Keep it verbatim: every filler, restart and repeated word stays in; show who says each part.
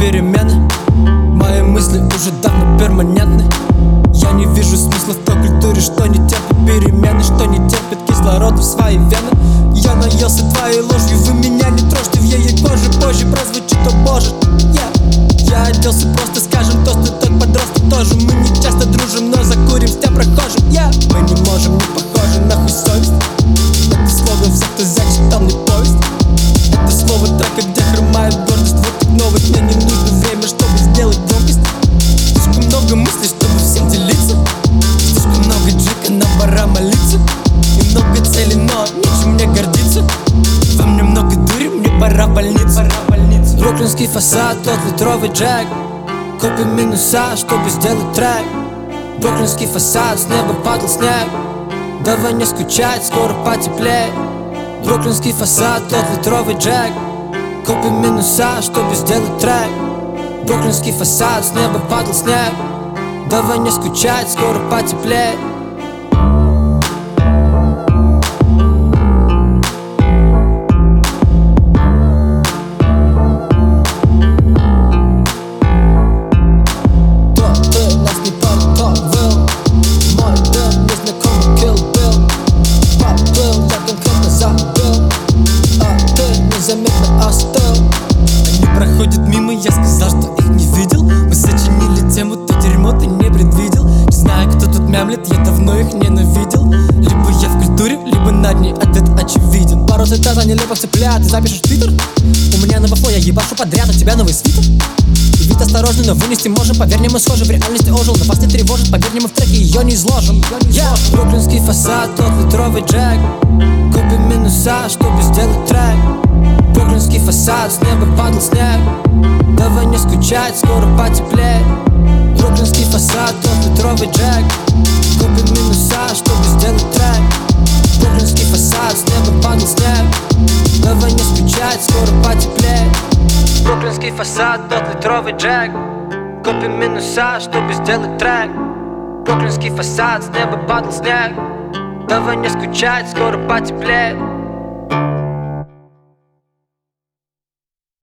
Speaker 1: перемены. Мои мысли уже давно перманентны. Я не вижу смысла в той культуре, что не терпит перемены, что не терпит кислорода в свои вены. Я наелся твоей ложью, вы меня не трожьте, в ее коже позже прозвучит: о боже, yeah. Я оделся просто, скажем тост, и тот подросток тоже. Мы не часто дружим, но закурим с тем прохожим, yeah. Мы не можем, не похожи, нахуй совесть. Это слоган всех, кто зачитал мне повесть. Это слово трека, где хромает гордость. Вот так новость, мне не нужно время, чтобы сделать громкость. Слишком много мыслей, чтобы всем делиться. Слишком много джека, нам пора молиться. И много целей, но нечем мне гордиться. Во мне много дури, мне пора в больницу. Бруклинский фасад, тот литровый джек. Купим минуса, чтобы сделать трек. Бруклинский фасад, с неба падал снег. Давай не скучать, скоро потеплеет. Бруклинский фасад, тот литровый джек. Купим минуса, чтобы сделать трек. Бруклинский фасад, с неба падал снег. Давай не скучать, скоро потеплеет.
Speaker 2: Заметно остыл.
Speaker 1: Они проходят мимо, я сказал, что их не видел. Мы сочинили тему, то дерьмо ты не предвидел. Не знаю, кто тут мямлет, я давно их ненавидел. Либо я в культуре, либо над ней ответ очевиден.
Speaker 2: Пару цитат о нелепых цыплят, ты запишешь в твиттер? У меня на бафло, я ебашу подряд, у тебя новый свитер. И вид осторожный, но вынести можем, поверь мне, мы схожи. В реальности ожил, но вас не тревожит, поверь мне, мы в треке ее не изложим.
Speaker 1: Я yeah. Бруклинский фасад, тот литровый джек. Купим минуса, чтобы сделать трек. Бруклинский фасад, с неба падал снег. Давай не скучать, скоро потеплеет. Бруклинский фасад, тот литровый джек. Купим минуса, чтобы сделать трек. Бруклинский фасад, с неба падал снег. Давай не скучать, скоро потеплеет. Бруклинский фасад, тот литровый джек. Купим минуса, чтобы сделать трек. Бруклинский фасад, с неба падал снег. Давай не скучать, скоро потеплеет.